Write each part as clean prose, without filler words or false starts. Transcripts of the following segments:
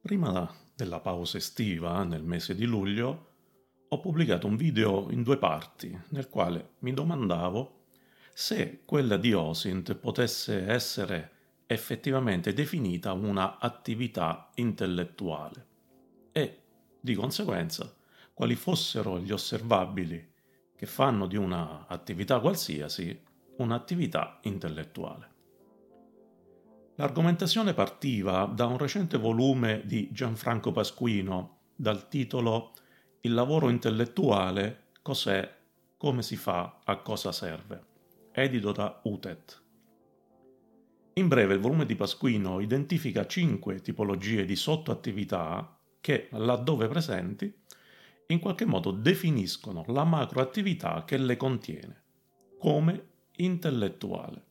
Della pausa estiva, nel mese di luglio, ho pubblicato un video in due parti, nel quale mi domandavo se quella di OSINT potesse essere effettivamente definita una attività intellettuale e, di conseguenza, quali fossero gli osservabili che fanno di una attività qualsiasi un'attività intellettuale. L'argomentazione partiva da un recente volume di Gianfranco Pasquino dal titolo Il lavoro intellettuale, cos'è, come si fa, a cosa serve, edito da UTET. In breve, il volume di Pasquino identifica 5 tipologie di sottoattività che, laddove presenti, in qualche modo definiscono la macroattività che le contiene, come intellettuale.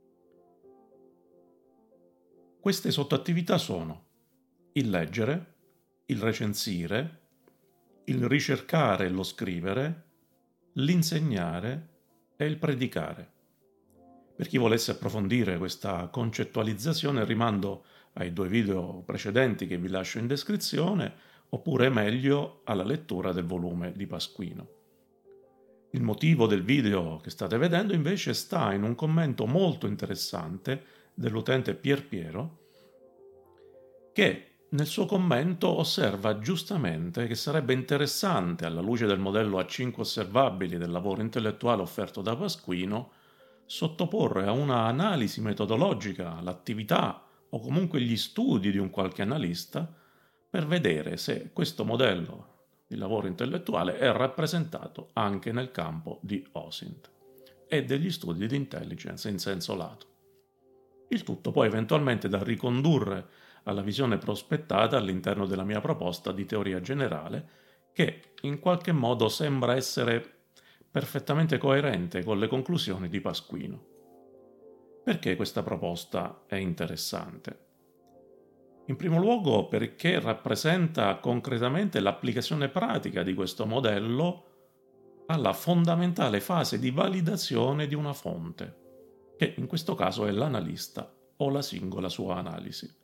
Queste sottoattività sono il leggere, il recensire, il ricercare e lo scrivere, l'insegnare e il predicare. Per chi volesse approfondire questa concettualizzazione rimando ai 2 video precedenti che vi lascio in descrizione, oppure meglio alla lettura del volume di Pasquino. Il motivo del video che state vedendo invece sta in un commento molto interessante dell'utente Pierpiero, che nel suo commento osserva giustamente che sarebbe interessante, alla luce del modello a 5 osservabili del lavoro intellettuale offerto da Pasquino, sottoporre a una analisi metodologica l'attività o comunque gli studi di un qualche analista per vedere se questo modello di lavoro intellettuale è rappresentato anche nel campo di OSINT e degli studi di intelligence in senso lato. Il tutto poi eventualmente da ricondurre alla visione prospettata all'interno della mia proposta di teoria generale, che in qualche modo sembra essere perfettamente coerente con le conclusioni di Pasquino. Perché questa proposta è interessante? In primo luogo perché rappresenta concretamente l'applicazione pratica di questo modello alla fondamentale fase di validazione di una fonte, che in questo caso è l'analista o la singola sua analisi.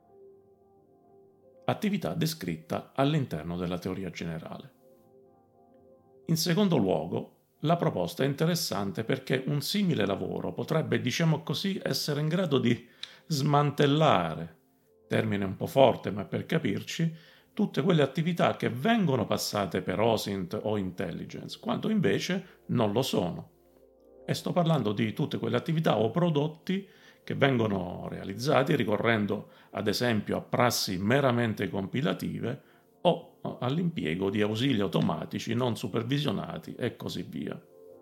Attività descritta all'interno della teoria generale. In secondo luogo, la proposta è interessante perché un simile lavoro potrebbe, diciamo così, essere in grado di smantellare, termine un po' forte ma per capirci, tutte quelle attività che vengono passate per OSINT o intelligence, quando invece non lo sono. E sto parlando di tutte quelle attività o prodotti che vengono realizzati ricorrendo ad esempio a prassi meramente compilative o all'impiego di ausili automatici non supervisionati e così via.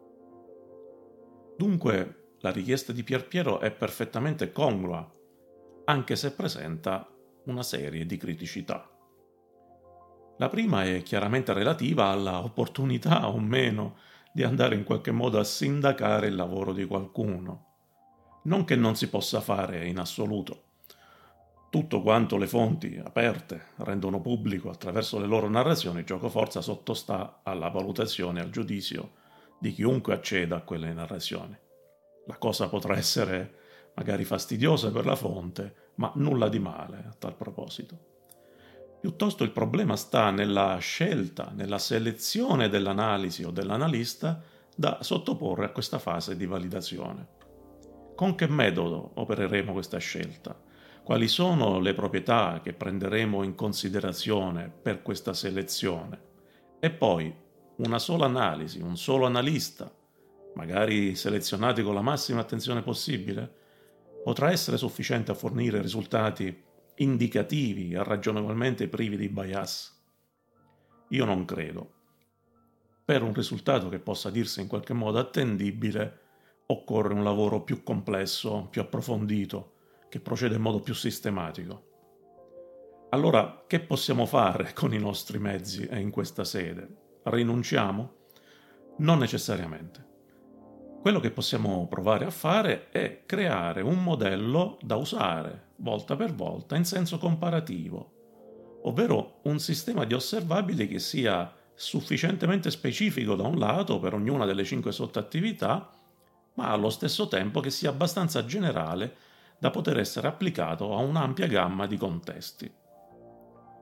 Dunque, la richiesta di Pierpiero è perfettamente congrua, anche se presenta una serie di criticità. La prima è chiaramente relativa alla opportunità o meno di andare in qualche modo a sindacare il lavoro di qualcuno. Non che non si possa fare in assoluto. Tutto quanto le fonti aperte rendono pubblico attraverso le loro narrazioni, giocoforza sottostà alla valutazione e al giudizio di chiunque acceda a quelle narrazioni. La cosa potrà essere magari fastidiosa per la fonte, ma nulla di male a tal proposito. Piuttosto il problema sta nella scelta, nella selezione dell'analisi o dell'analista da sottoporre a questa fase di validazione. Con che metodo opereremo questa scelta? Quali sono le proprietà che prenderemo in considerazione per questa selezione? E poi una sola analisi, un solo analista, magari selezionati con la massima attenzione possibile, potrà essere sufficiente a fornire risultati indicativi e ragionevolmente privi di bias? Io non credo. Per un risultato che possa dirsi in qualche modo attendibile, occorre un lavoro più complesso, più approfondito, che procede in modo più sistematico. Allora, che possiamo fare con i nostri mezzi e in questa sede? Rinunciamo? Non necessariamente. Quello che possiamo provare a fare è creare un modello da usare volta per volta in senso comparativo, ovvero un sistema di osservabili che sia sufficientemente specifico da un lato per ognuna delle 5 sottoattività, ma allo stesso tempo che sia abbastanza generale da poter essere applicato a un'ampia gamma di contesti.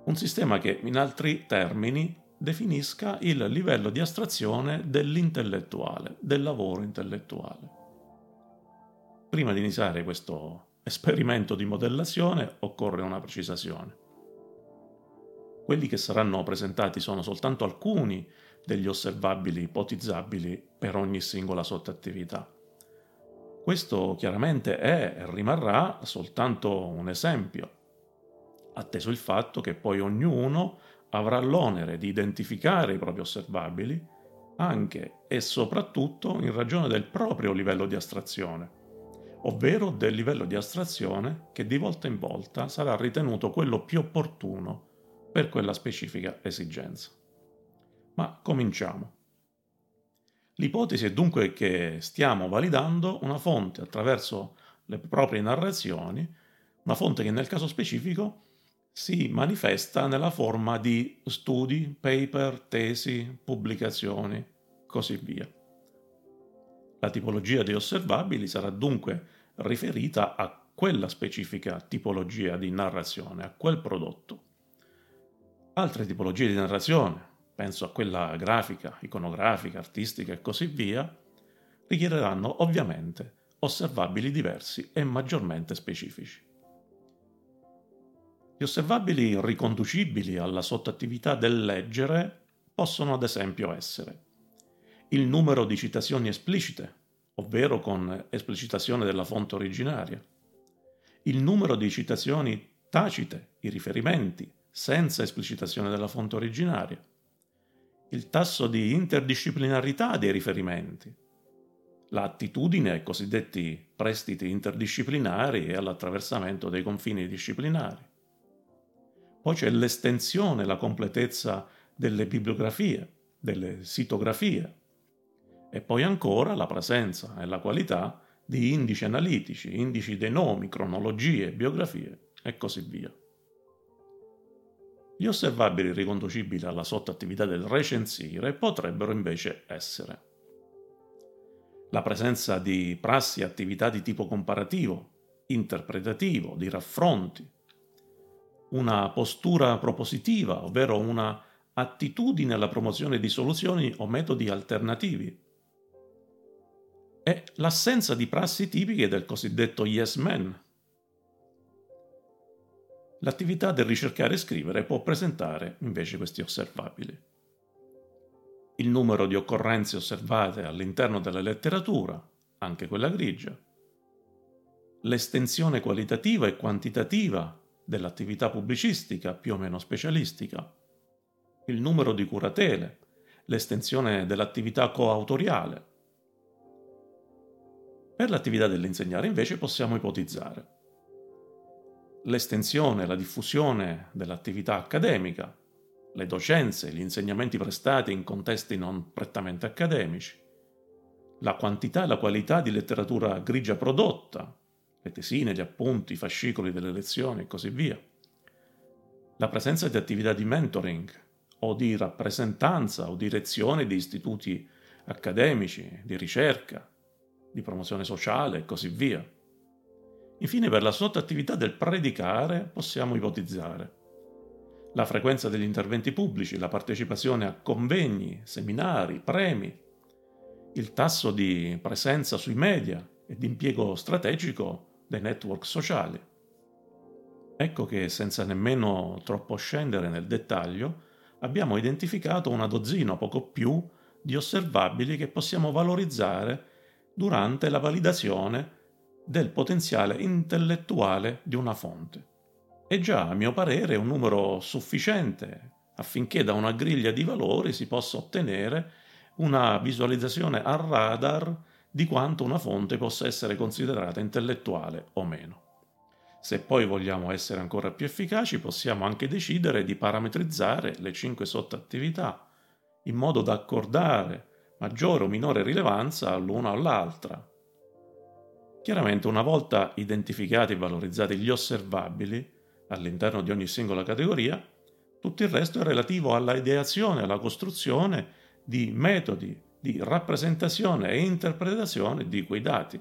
Un sistema che, in altri termini, definisca il livello di astrazione dell'intellettuale, del lavoro intellettuale. Prima di iniziare questo esperimento di modellazione occorre una precisazione. Quelli che saranno presentati sono soltanto alcuni degli osservabili ipotizzabili per ogni singola sottoattività. Questo chiaramente è e rimarrà soltanto un esempio, atteso il fatto che poi ognuno avrà l'onere di identificare i propri osservabili anche e soprattutto in ragione del proprio livello di astrazione, ovvero del livello di astrazione che di volta in volta sarà ritenuto quello più opportuno per quella specifica esigenza. Ma cominciamo. L'ipotesi è dunque che stiamo validando una fonte attraverso le proprie narrazioni, una fonte che nel caso specifico si manifesta nella forma di studi, paper, tesi, pubblicazioni, così via. La tipologia di osservabili sarà dunque riferita a quella specifica tipologia di narrazione, a quel prodotto. Altre tipologie di narrazione, penso a quella grafica, iconografica, artistica e così via, richiederanno ovviamente osservabili diversi e maggiormente specifici. Gli osservabili riconducibili alla sottoattività del leggere possono ad esempio essere il numero di citazioni esplicite, ovvero con esplicitazione della fonte originaria, il numero di citazioni tacite, i riferimenti, senza esplicitazione della fonte originaria, il tasso di interdisciplinarità dei riferimenti, l'attitudine ai cosiddetti prestiti interdisciplinari e all'attraversamento dei confini disciplinari. Poi c'è l'estensione e la completezza delle bibliografie, delle sitografie, e poi ancora la presenza e la qualità di indici analitici, indici dei nomi, cronologie, biografie e così via. Gli osservabili riconducibili alla sottoattività del recensire potrebbero invece essere la presenza di prassi e attività di tipo comparativo, interpretativo, di raffronti, una postura propositiva, ovvero una attitudine alla promozione di soluzioni o metodi alternativi, e l'assenza di prassi tipiche del cosiddetto yes man. L'attività del ricercare e scrivere può presentare invece questi osservabili. Il numero di occorrenze osservate all'interno della letteratura, anche quella grigia, l'estensione qualitativa e quantitativa dell'attività pubblicistica più o meno specialistica, il numero di curatele, l'estensione dell'attività coautoriale. Per l'attività dell'insegnare invece possiamo ipotizzare l'estensione e la diffusione dell'attività accademica, le docenze, gli insegnamenti prestati in contesti non prettamente accademici, la quantità e la qualità di letteratura grigia prodotta, le tesine, gli appunti, i fascicoli delle lezioni e così via, la presenza di attività di mentoring o di rappresentanza o direzione di istituti accademici, di ricerca, di promozione sociale e così via. Infine, per la sottoattività del predicare possiamo ipotizzare la frequenza degli interventi pubblici, la partecipazione a convegni, seminari, premi, il tasso di presenza sui media e di impiego strategico dei network sociali. Ecco che, senza nemmeno troppo scendere nel dettaglio, abbiamo identificato una dozzina o poco più di osservabili che possiamo valorizzare durante la validazione del potenziale intellettuale di una fonte. È già, a mio parere, un numero sufficiente affinché da una griglia di valori si possa ottenere una visualizzazione a radar di quanto una fonte possa essere considerata intellettuale o meno. Se poi vogliamo essere ancora più efficaci, possiamo anche decidere di parametrizzare le 5 sottoattività in modo da accordare maggiore o minore rilevanza all'una o all'altra. Chiaramente, una volta identificati e valorizzati gli osservabili all'interno di ogni singola categoria, tutto il resto è relativo alla ideazione e alla costruzione di metodi di rappresentazione e interpretazione di quei dati.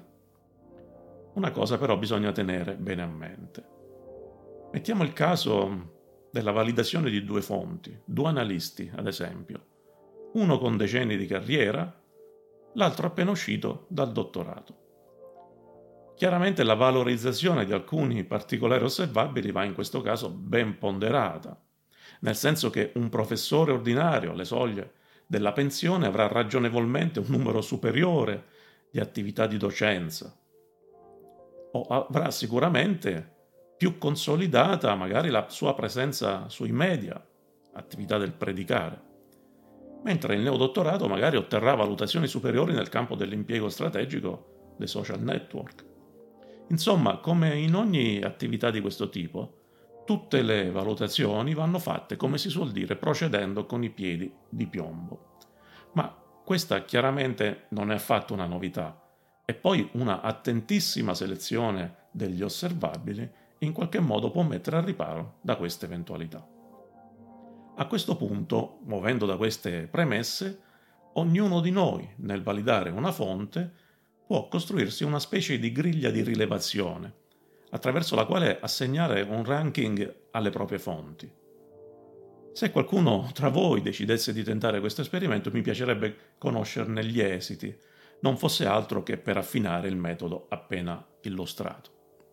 Una cosa però bisogna tenere bene a mente. Mettiamo il caso della validazione di due fonti, due analisti ad esempio, uno con decenni di carriera, l'altro appena uscito dal dottorato. Chiaramente la valorizzazione di alcuni particolari osservabili va in questo caso ben ponderata, nel senso che un professore ordinario alle soglie della pensione avrà ragionevolmente un numero superiore di attività di docenza o avrà sicuramente più consolidata magari la sua presenza sui media, attività del predicare, mentre il neodottorato magari otterrà valutazioni superiori nel campo dell'impiego strategico dei social network. Insomma, come in ogni attività di questo tipo, tutte le valutazioni vanno fatte, come si suol dire, procedendo con i piedi di piombo. Ma questa chiaramente non è affatto una novità, e poi una attentissima selezione degli osservabili in qualche modo può mettere al riparo da queste eventualità. A questo punto, muovendo da queste premesse, ognuno di noi, nel validare una fonte, può costruirsi una specie di griglia di rilevazione, attraverso la quale assegnare un ranking alle proprie fonti. Se qualcuno tra voi decidesse di tentare questo esperimento, mi piacerebbe conoscerne gli esiti, non fosse altro che per affinare il metodo appena illustrato.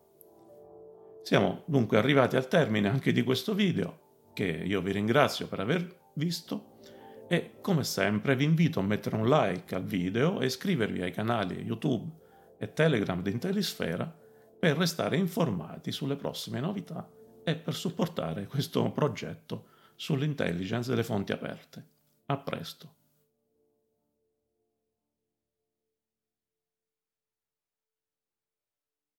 Siamo dunque arrivati al termine anche di questo video, che io vi ringrazio per aver visto, e come sempre vi invito a mettere un like al video e iscrivervi ai canali YouTube e Telegram di Intellisfera per restare informati sulle prossime novità e per supportare questo progetto sull'intelligence delle fonti aperte. A presto!